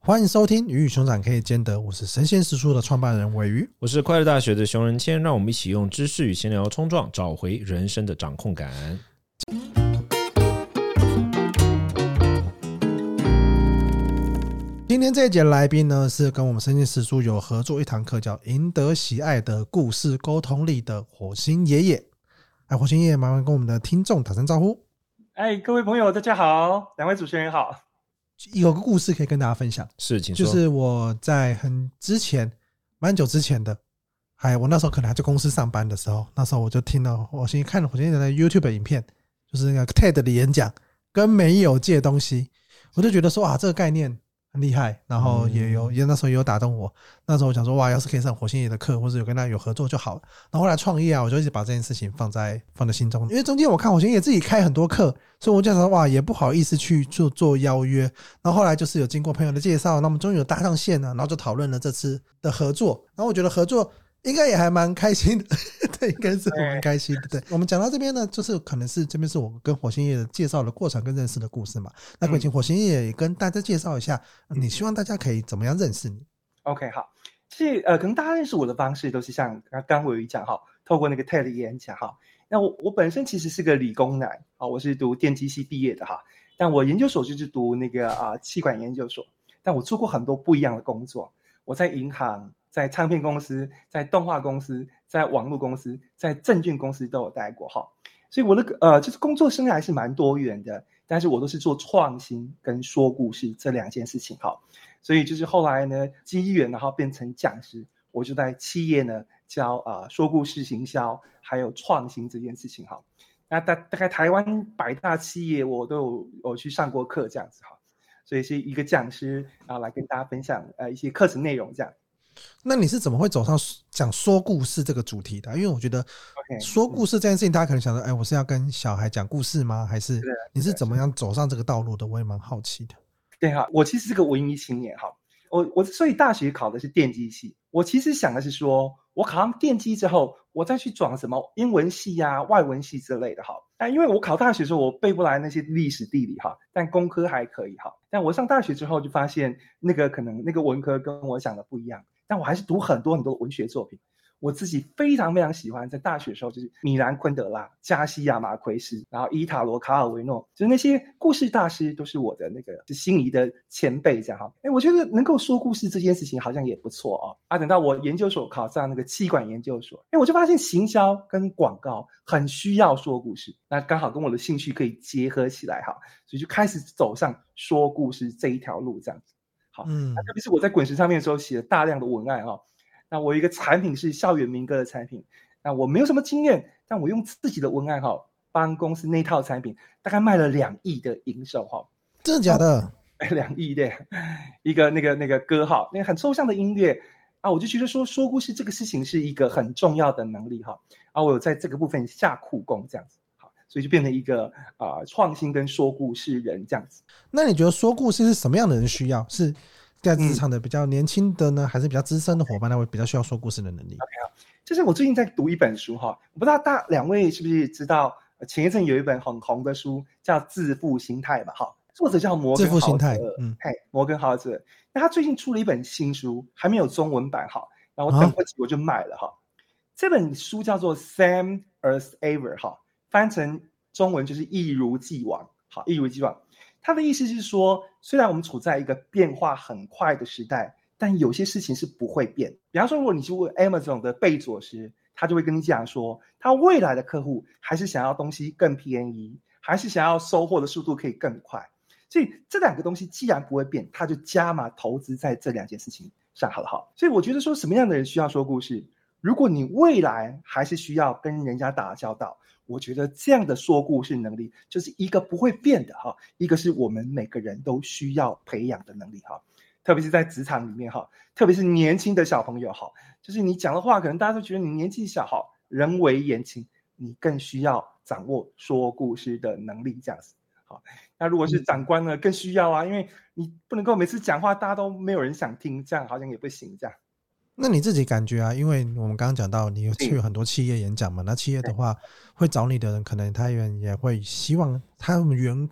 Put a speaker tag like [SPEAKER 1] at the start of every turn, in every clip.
[SPEAKER 1] 欢迎收听鱼与熊掌可以兼得，我是神仙食书的创办人尾鱼，
[SPEAKER 2] 我是快乐大学的熊仁谦，让我们一起用知识与闲聊冲撞，找回人生的掌控感。
[SPEAKER 1] 今天这一节来宾呢，是跟我们神仙食书有合作一堂课，叫赢得喜爱的故事沟通力的火星爷爷。火星爷爷麻烦跟我们的听众打声招呼。
[SPEAKER 3] 各位朋友大家好，两位主持人好。
[SPEAKER 1] 有个故事可以跟大家分享，
[SPEAKER 2] 是，请说。
[SPEAKER 1] 就是我在蛮久之前的，我那时候可能还在公司上班的时候，那时候我就听了看了火星爷爷的 YouTube 的影片，就是那个 TED 的演讲，跟没有借东西，我就觉得说这个概念很厉害，然后也那时候也有打动我。那时候我想说要是可以上火星爷爷的课，或者有跟他有合作就好了。然后后来创业我就一直把这件事情放在心中，因为中间我看火星爷爷自己开很多课，所以我就想说也不好意思去做邀约。然后后来就是有经过朋友的介绍，那我们终于有搭上线了，然后就讨论了这次的合作。然后我觉得合作应该也还蛮开心的对，应该是蛮开心的。对，我们讲到这边呢，就是可能是这边是我跟火星爷爷介绍的过程跟认识的故事嘛。那可以请火星爷爷也跟大家介绍一下，你希望大家可以怎么样认识你？
[SPEAKER 3] OK， 好。其实可能大家认识我的方式都是像刚我有讲透过那个 TED 演讲那我本身其实是个理工男我是读电机系毕业的但我研究所就是读那个企管研究所，但我做过很多不一样的工作。我在银行，在唱片公司，在动画公司，在网络公司，在证券公司都有待过所以我的就是工作生涯是蛮多元的，但是我都是做创新跟说故事这两件事情所以就是后来呢机缘然后变成讲师，我就在企业呢教说故事行销还有创新这件事情那大概台湾100大企业我都有去上过课这样子所以是一个讲师来跟大家分享一些课程内容这样。
[SPEAKER 1] 那你是怎么会走上讲说故事这个主题的？因为我觉得说故事这件事情大家可能想说我是要跟小孩讲故事吗？还是你是怎么样走上这个道路的？我也蛮好奇的。
[SPEAKER 3] 对我其实是个文艺青年我所以大学考的是电机系，我其实想的是说我考上电机之后我再去转什么英文系外文系之类的但因为我考大学的时候我背不来那些历史地理但工科还可以但我上大学之后就发现可能那个文科跟我想的不一样，但我还是读很多文学作品。我自己非常非常喜欢在大学的时候就是米兰昆德拉、加西亚马奎斯，然后伊塔罗卡尔维诺，就是那些故事大师都是我的心仪的前辈这样我觉得能够说故事这件事情好像也不错等到我研究所考上那个企管研究所我就发现行销跟广告很需要说故事，那刚好跟我的兴趣可以结合起来所以就开始走上说故事这一条路这样子那特别是我在滚石上面的时候写了大量的文案那我有一个产品是校园民歌的产品，那我没有什么经验，但我用自己的文案帮公司那套产品大概卖了2亿的营收
[SPEAKER 1] 真的假的
[SPEAKER 3] ？2亿的一个那个歌那个很抽象的音乐我就觉得说故事这个事情是一个很重要的能力我有在这个部分下苦功这样子所以就变成一个创新跟说故事人这样子。
[SPEAKER 1] 那你觉得说故事是什么样的人需要？是在职场的比较年轻的呢，还是比较资深的伙伴，他会比较需要说故事的能力？
[SPEAKER 3] OK 就是我最近在读一本书我不知道两位是不是知道前一阵有一本很红的书叫《致富心态》吧作者叫摩根豪泽。摩根豪泽。那他最近出了一本新书，还没有中文版那我等不及我就买了这本书叫做 Same as Ever 翻成中文就是一如既往一如既往。他的意思是说，虽然我们处在一个变化很快的时代，但有些事情是不会变。比方说如果你去问 Amazon 的贝佐斯，他就会跟你讲说他未来的客户还是想要东西更便宜，还是想要收货的速度可以更快。所以这两个东西既然不会变，他就加码投资在这两件事情上好了所以我觉得说什么样的人需要说故事，如果你未来还是需要跟人家打交道，我觉得这样的说故事能力就是一个不会变的一个是我们每个人都需要培养的能力特别是在职场里面特别是年轻的小朋友就是你讲的话可能大家都觉得你年纪小人微言轻，你更需要掌握说故事的能力这样子那如果是长官呢更需要因为你不能够每次讲话大家都没有人想听，这样好像也不行这样。
[SPEAKER 1] 那你自己感觉因为我们刚刚讲到你有去很多企业演讲嘛，那企业的话会找你的人可能他也会希望他们员工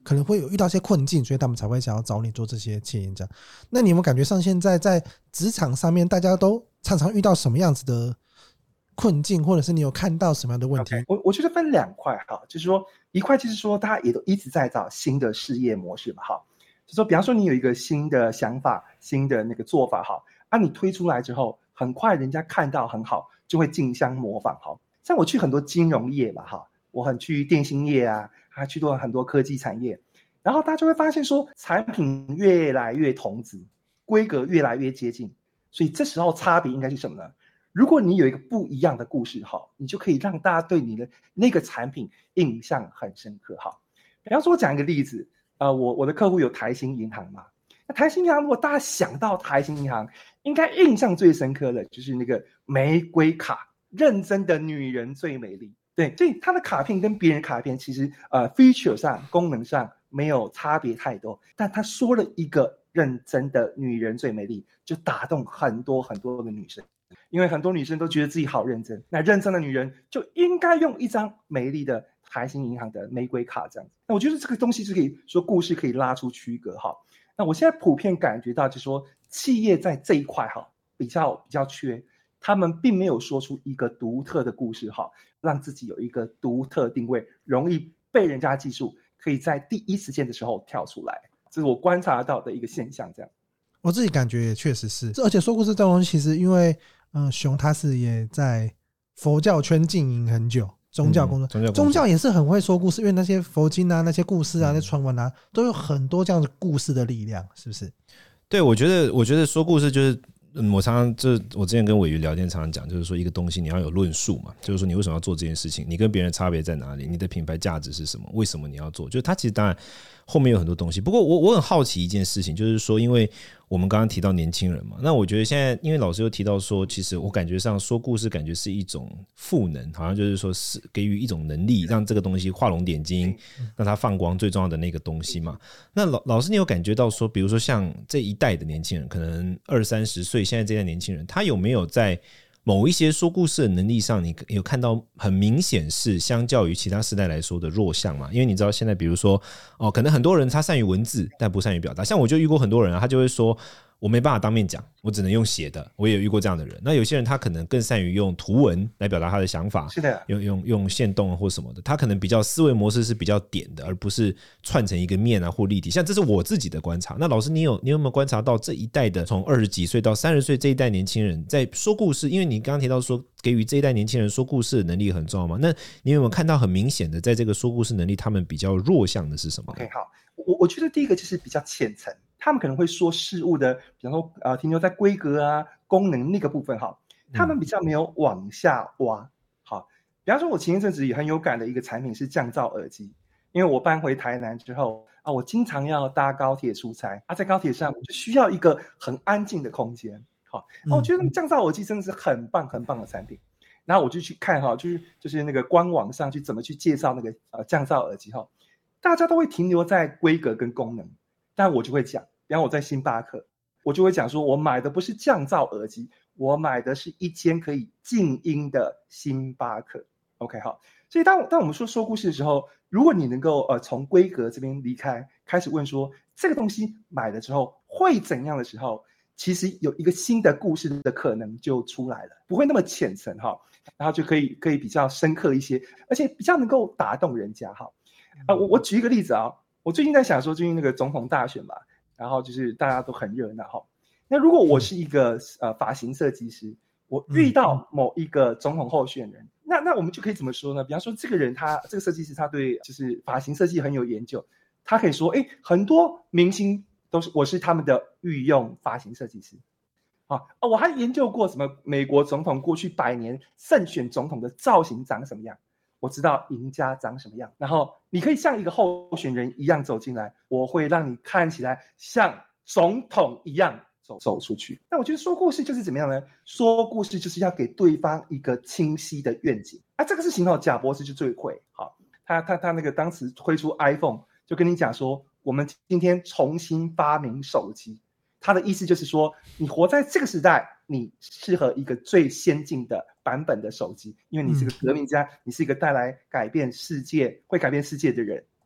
[SPEAKER 1] 可能会有遇到一些困境，所以他们才会想要找你做这些企业演讲。那你有没有感觉上现在在职场上面大家都常常遇到什么样子的困境，或者是你有看到什么样的问题？
[SPEAKER 3] 我觉得分两块哈，就是说一块就是说大家也都一直在找新的事业模式嘛哈，就说比方说你有一个新的想法、新的那个做法哈，你推出来之后，很快人家看到很好，就会竞相模仿哈。像我去很多金融业嘛哈，我很去电信业啊，还去过很多科技产业，然后大家就会发现说，产品越来越同质，规格越来越接近，所以这时候差别应该是什么呢？如果你有一个不一样的故事哈，你就可以让大家对你的那个产品印象很深刻哈。比方说我讲一个例子，我的客户有台新银行嘛，那台新银行如果大家想到台新银行，应该印象最深刻的就是那个玫瑰卡，认真的女人最美丽。对，所以它的卡片跟别人卡片其实feature 上功能上没有差别太多，但他说了一个认真的女人最美丽，就打动很多很多的女生。因为很多女生都觉得自己好认真，那认真的女人就应该用一张美丽的台新银行的玫瑰卡这样子。那我觉得这个东西是可以说故事可以拉出区隔哈。那我现在普遍感觉到就是说企业在这一块哈比较缺，他们并没有说出一个独特的故事哈，让自己有一个独特定位，容易被人家记住，可以在第一时间的时候跳出来。这是我观察到的一个现象这样。
[SPEAKER 1] 我自己感觉也确实是，而且说故事这种东西其实因为熊他是也在佛教圈经营很久，宗教工作，宗教也是很会说故事，因为那些佛经啊、那些故事啊、那传闻啊，都有很多这样的故事的力量，是不是？
[SPEAKER 2] 对，我觉得说故事就是我常常我之前跟伟瑜聊天常常讲，就是说一个东西你要有论述嘛，就是说你为什么要做这件事情，你跟别人的差别在哪里，你的品牌价值是什么，为什么你要做，就是它其实当然后面有很多东西。不过我很好奇一件事情，就是说因为我们刚刚提到年轻人嘛，那我觉得现在因为老师又提到说，其实我感觉上说故事感觉是一种赋能，好像就是说是给予一种能力，让这个东西画龙点睛，让它放光最重要的那个东西嘛。那老师你有感觉到说，比如说像这一代的年轻人，可能20-30岁现在这一代年轻人，他有没有在某一些说故事的能力上，你有看到很明显是相较于其他世代来说的弱项嘛？因为你知道现在比如说可能很多人他善于文字但不善于表达，像我就遇过很多人他就会说我没办法当面讲，我只能用写的，我也有遇过这样的人。那有些人他可能更善于用图文来表达他的想法，
[SPEAKER 3] 是的，
[SPEAKER 2] 用线动或什么的，他可能比较思维模式是比较点的，而不是串成一个面啊或立体。像这是我自己的观察。那老师你有没有观察到这一代的从20几岁到30岁这一代年轻人在说故事？因为你刚刚提到说给予这一代年轻人说故事的能力很重要嘛，那你有没有看到很明显的在这个说故事能力他们比较弱项的是什么？
[SPEAKER 3] OK 好，我觉得第一个就是比较浅层，他们可能会说事物的，比方说停留在规格啊、功能那个部分哈，他们比较没有往下挖。好，比方说我前一阵子也很有感的一个产品是降噪耳机，因为我搬回台南之后我经常要搭高铁出差在高铁上我就需要一个很安静的空间。好，我觉得降噪耳机真的是很棒很棒的产品。然后我就去看哈，就是那个官网上去怎么去介绍那个降噪耳机哈，大家都会停留在规格跟功能，但我就会讲，比方我在星巴克，我就会讲说我买的不是降噪耳机，我买的是一间可以静音的星巴克。 OK 好，所以当我们说故事的时候，如果你能够从规格这边离开，开始问说这个东西买了之后会怎样的时候，其实有一个新的故事的可能就出来了，不会那么浅层哈，然后就可以比较深刻一些，而且比较能够打动人家哈。我举一个例子我最近在想说最近那个总统大选嘛，然后就是大家都很热闹哈。那如果我是一个发型设计师，我遇到某一个总统候选人，那我们就可以怎么说呢？比方说这个人这个设计师他对就是发型设计很有研究，他可以说很多明星我是他们的御用发型设计师。我还研究过什么美国总统过去100年胜选总统的造型长什么样，我知道赢家长什么样，然后你可以像一个候选人一样走进来，我会让你看起来像总统一样走出去。那我觉得说故事就是怎么样呢？说故事就是要给对方一个清晰的愿景这个事情贾博士就最会。好，他那个当时推出 iPhone 就跟你讲说我们今天重新发明手机，他的意思就是说你活在这个时代，你适合一个最先进的版本的手机，因为你是个革命家，你是一个会改变世界的人。好，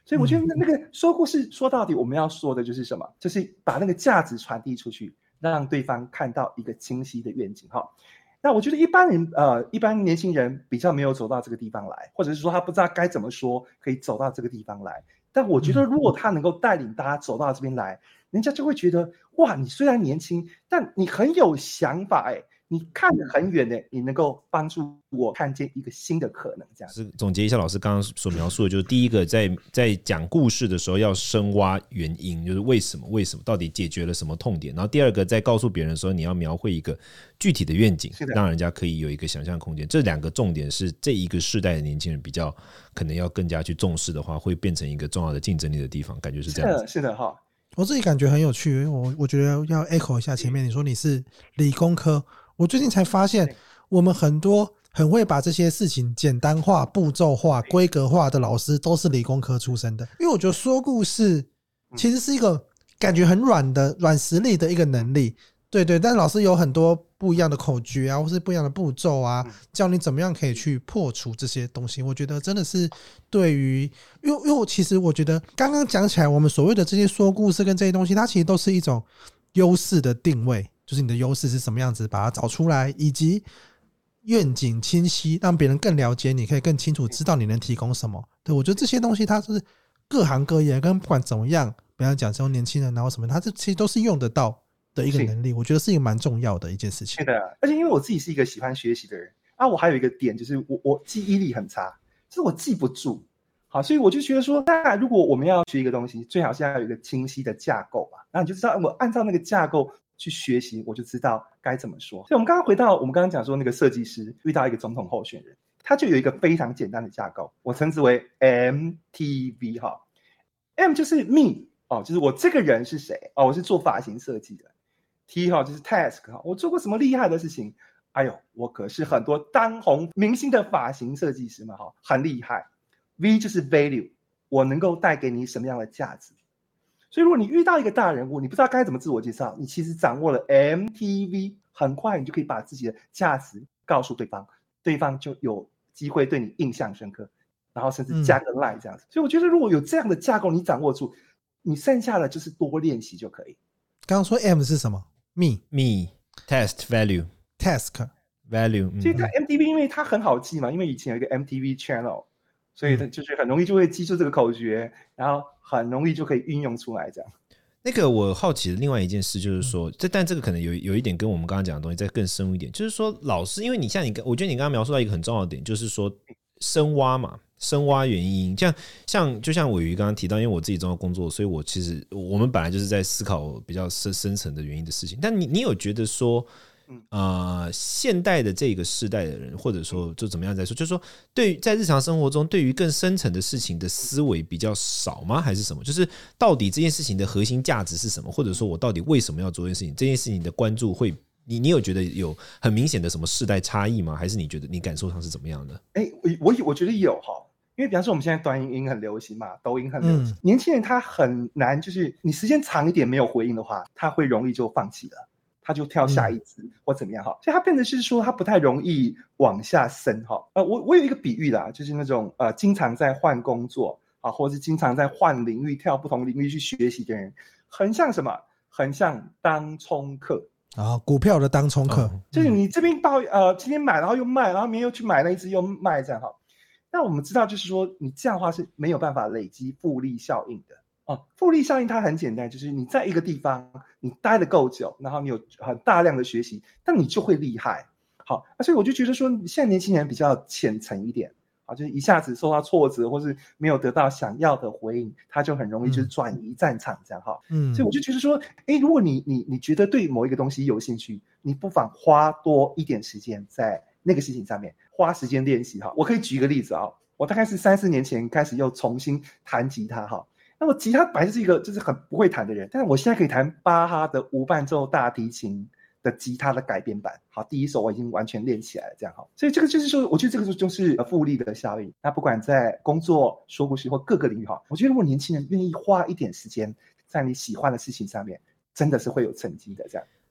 [SPEAKER 3] 所以我觉得那个说故事说到底我们要说的就是什么，就是把那个价值传递出去，让对方看到一个清晰的愿景。那我觉得一般年轻人比较没有走到这个地方来，或者是说他不知道该怎么说可以走到这个地方来，但我觉得如果他能够带领大家走到这边来，人家就会觉得哇，你虽然年轻，但你很有想法你看得很远的，你能够帮助我看见一个新的可能。这样
[SPEAKER 2] 是总结一下老师刚刚所描述的，就是第一个在讲故事的时候要深挖原因，就是为什么到底解决了什么痛点，然后第二个在告诉别人的时候，你要描绘一个具体的愿景，让人家可以有一个想象空间。这两个重点是这一个世代的年轻人比较可能要更加去重视的话，会变成一个重要的竞争力的地方，感觉是这样子。
[SPEAKER 3] 是的
[SPEAKER 1] 我自己感觉很有趣，因为我觉得要 echo 一下前面你说你是理工科，我最近才发现我们很多很会把这些事情简单化、步骤化、规格化的老师都是理工科出身的。因为我觉得说故事其实是一个感觉很软实力的一个能力，对，但老师有很多不一样的口诀啊，或是不一样的步骤啊，教你怎么样可以去破除这些东西。我觉得真的是对于，因为其实我觉得刚刚讲起来，我们所谓的这些说故事跟这些东西，它其实都是一种优势的定位，就是你的优势是什么样子，把它找出来，以及愿景清晰，让别人更了解你，可以更清楚知道你能提供什么。对，我觉得这些东西它是各行各业跟不管怎么样，不要讲说年轻人然后什么，它这其实都是用得到的一个能力，我觉得是一个蛮重要的一件事情。
[SPEAKER 3] 是的，而且因为我自己是一个喜欢学习的人我还有一个点就是我记忆力很差，就是我记不住。好，所以我就觉得说，那如果我们要学一个东西，最好是要有一个清晰的架构嘛，然后你就知道我按照那个架构去学习，我就知道该怎么说。所以我们刚刚回到我们刚刚讲说那个设计师遇到一个总统候选人，他就有一个非常简单的架构，我称之为 MTV M 就是 me 就是我这个人是谁我是做发型设计的。T 就是 task 我做过什么厉害的事情，哎呦，我可是很多当红明星的发型设计师嘛很厉害。V 就是 value， 我能够带给你什么样的价值。所以如果你遇到一个大人物，你不知道该怎么自我介绍，你其实掌握了 MTV， 很快你就可以把自己的价值告诉对方，对方就有机会对你印象深刻，然后甚至加个 line 这样子。所以我觉得如果有这样的架构你掌握住，你剩下的就是多练习就可以。
[SPEAKER 1] 刚刚说 M 是什么？ Me
[SPEAKER 2] Test Value
[SPEAKER 1] Task
[SPEAKER 2] Value，
[SPEAKER 3] 所以它 MTV 因为它很好记嘛，因为以前有一个 MTV Channel， 所以它就是很容易就会记住这个口诀，然后很容易就可以运用出来这样。
[SPEAKER 2] 那个我好奇的另外一件事就是说，但这个可能有一点跟我们刚刚讲的东西再更深入一点，就是说老师，因为我觉得你刚刚描述到一个很重要的点，就是说深挖嘛，深挖原因，就像伟瑜刚刚提到，因为我自己重要工作，所以我们本来就是在思考比较深层的原因的事情。但你有觉得说，现代的这个世代的人，或者说就怎么样来说，就是说对于在日常生活中，对于更深层的事情的思维比较少吗？还是什么？就是到底这件事情的核心价值是什么？或者说我到底为什么要做这件事情？这件事情的关注会。你有觉得有很明显的什么世代差异吗？还是你觉得你感受上是怎么样的？
[SPEAKER 3] 我觉得有因为比方说我们现在短影音很流行嘛，抖音很流行，年轻人他很难，就是你时间长一点没有回应的话，他会容易就放弃了，他就跳下一支或怎么样所以他变得是说他不太容易往下深我有一个比喻啦，就是那种经常在换工作或是经常在换领域跳不同领域去学习的人，很像什么？很像当冲客
[SPEAKER 1] 股票的当冲客，
[SPEAKER 3] 就是你这边今天买然后又卖，然后明天又去买那一只又卖这样那我们知道就是说你这样的话是没有办法累积复利效应的复利效应它很简单，就是你在一个地方你待得够久，然后你有很大量的学习，但你就会厉害所以我就觉得说现在年轻人比较浅层一点就是一下子受到挫折或是没有得到想要的回应，他就很容易就是转移战场这样所以我就觉得说如果你觉得对某一个东西有兴趣，你不妨花多一点时间在那个事情上面，花时间练习我可以举一个例子我大概是3-4年前开始又重新弹吉他那么吉他本来是一个就是很不会弹的人，但是我现在可以弹巴哈的无伴奏大提琴的吉他的改编版第一首我已经完全练起来了这样所以这个就是说我觉得这个就是复利的效应。那不管在工作说故事或各个领域我觉得如果年轻人愿意花一点时间在你喜欢的事情上面，真的是会有成绩的这样。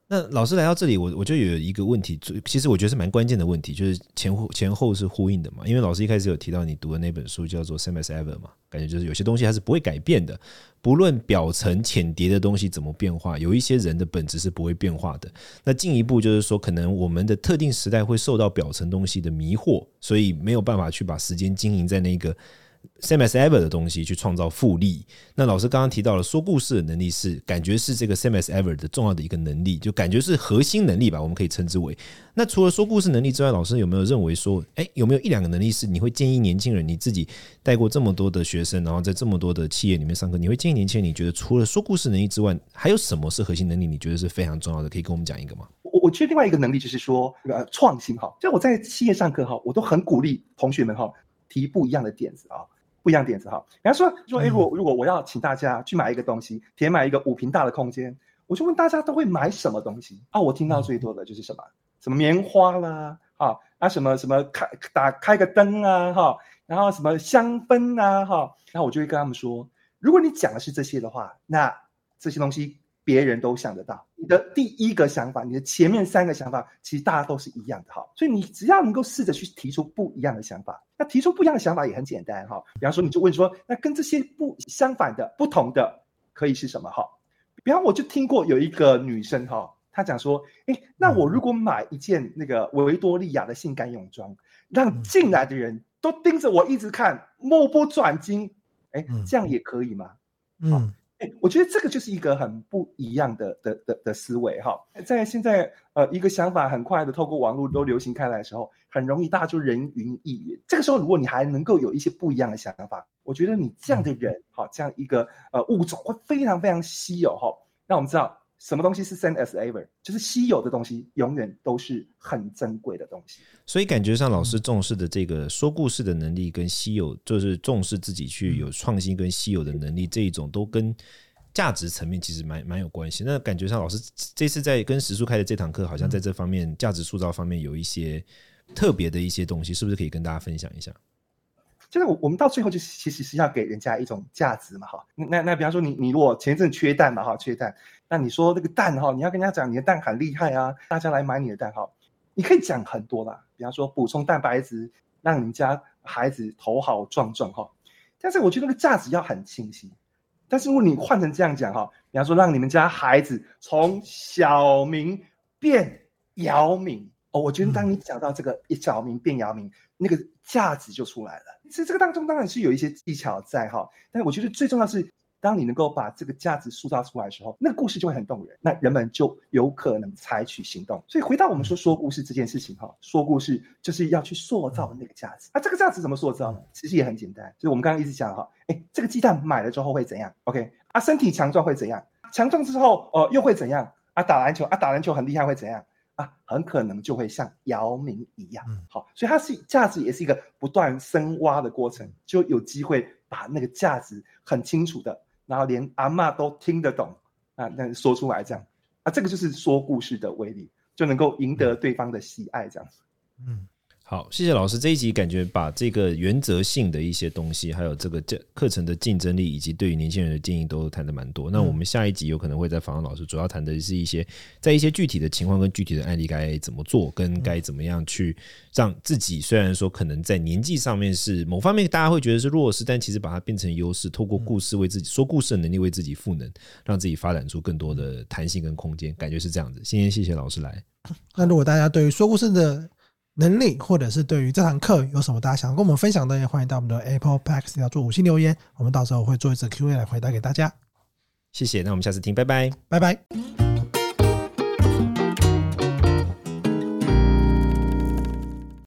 [SPEAKER 2] 那老师来到这里，我就有一个问题，其实我觉得是蛮关键的问题，就是前后是呼应的嘛。因为老师一开始有提到你读的那本书叫做 Same as Ever 嘛，感觉就是有些东西它是不会改变的，不论表层浅碟的东西怎么变化，有一些人的本质是不会变化的。那进一步就是说，可能我们的特定时代会受到表层东西的迷惑，所以没有办法去把时间经营在那个Same as ever 的东西去创造复利。那老师刚刚提到了说故事的能力是感觉是这个 Same as ever 的重要的一个能力，就感觉是核心能力吧，我们可以称之为。那除了说故事能力之外，老师有没有认为说有没有一两个能力是你会建议年轻人，你自己带过这么多的学生，然后在这么多的企业里面上课，你会建议年轻人，你觉得除了说故事能力之外，还有什么是核心能力你觉得是非常重要的，可以跟我们讲一个吗？
[SPEAKER 3] 我觉得另外一个能力就是说创新哈，就我在企业上课哈，我都很鼓励同学们哈提不一样的点子啊，不一样的点子哈。比方说如果我要请大家去买一个东西，填满一个5坪大的空间，我就问大家都会买什么东西啊？我听到最多的就是什么棉花啦什么开个灯啊哈，然后什么香氛啊哈，然后我就会跟他们说，如果你讲的是这些的话，那这些东西别人都想得到，你的第一个想法，你的前面3个想法，其实大家都是一样的哈。所以你只要能够试着去提出不一样的想法，那提出不一样的想法也很简单哈。比方说，你就问说，那跟这些相反的、不同的可以是什么哈？比方我就听过有一个女生哈，她讲说，那我如果买一件那个维多利亚的性感泳装，让进来的人都盯着我一直看，目不转睛，这样也可以吗？我觉得这个就是一个很不一样的思维哈。在现在一个想法很快的透过网络都流行开来的时候，很容易大家就人云亦云。这个时候如果你还能够有一些不一样的想法，我觉得你这样的人这样一个物种会非常非常稀有哈。那我们知道什么东西是 same as ever， 就是稀有的东西永远都是很珍贵的东西。
[SPEAKER 2] 所以感觉上老师重视的这个说故事的能力跟稀有，就是重视自己去有创新跟稀有的能力，这一种都跟价值层面其实蛮有关系。那感觉上老师这次在跟时书开的这堂课，好像在这方面价值塑造方面有一些特别的一些东西，是不是可以跟大家分享一下？
[SPEAKER 3] 就是我们到最后就其实是要给人家一种价值嘛哈。那比方说你如果前一阵缺蛋嘛哈，缺蛋，那你说那个蛋哈，你要跟人家讲你的蛋很厉害啊，大家来买你的蛋哈，你可以讲很多啦。比方说补充蛋白质，让你们家孩子头好壮壮哈。但是我觉得那个价值要很清晰。但是如果你换成这样讲哈，比方说让你们家孩子从小明变姚明我觉得当你讲到这个小明变姚明，那个价值就出来了。其实这个当中当然是有一些技巧在哈，但我觉得最重要是，当你能够把这个价值塑造出来的时候，那个故事就会很动人，那人们就有可能采取行动。所以回到我们说故事这件事情哈，说故事就是要去塑造那个价值。这个价值怎么塑造呢？其实也很简单，就是我们刚刚一直讲哈，这个鸡蛋买了之后会怎样 ？OK 身体强壮会怎样？强壮之后又会怎样？打篮球很厉害会怎样？很可能就会像姚明一样。好，所以它是价值也是一个不断深挖的过程，就有机会把那个价值很清楚的，然后连阿嬷都听得懂那说出来这样这个就是说故事的威力，就能够赢得对方的喜爱这样子。
[SPEAKER 2] 好，谢谢老师。这一集感觉把这个原则性的一些东西，还有这个课程的竞争力，以及对于年轻人的建议都谈得蛮多。那我们下一集有可能会再访问老师，主要谈的是在一些具体的情况跟具体的案例该怎么做，跟该怎么样去让自己，虽然说可能在年纪上面是某方面大家会觉得是弱势，但其实把它变成优势，透过故事为自己说故事的能力为自己赋能，让自己发展出更多的弹性跟空间，感觉是这样子。今天谢谢老师来。
[SPEAKER 1] 那如果大家对于说故事的能力，或者是对于这堂课有什么大家想跟我们分享的，也欢迎到我们的 Apple Podcast 要做5星留言，我们到时候会做一次 Q&A 来回答给大家。
[SPEAKER 2] 谢谢，那我们下次听，拜拜，
[SPEAKER 1] 拜拜。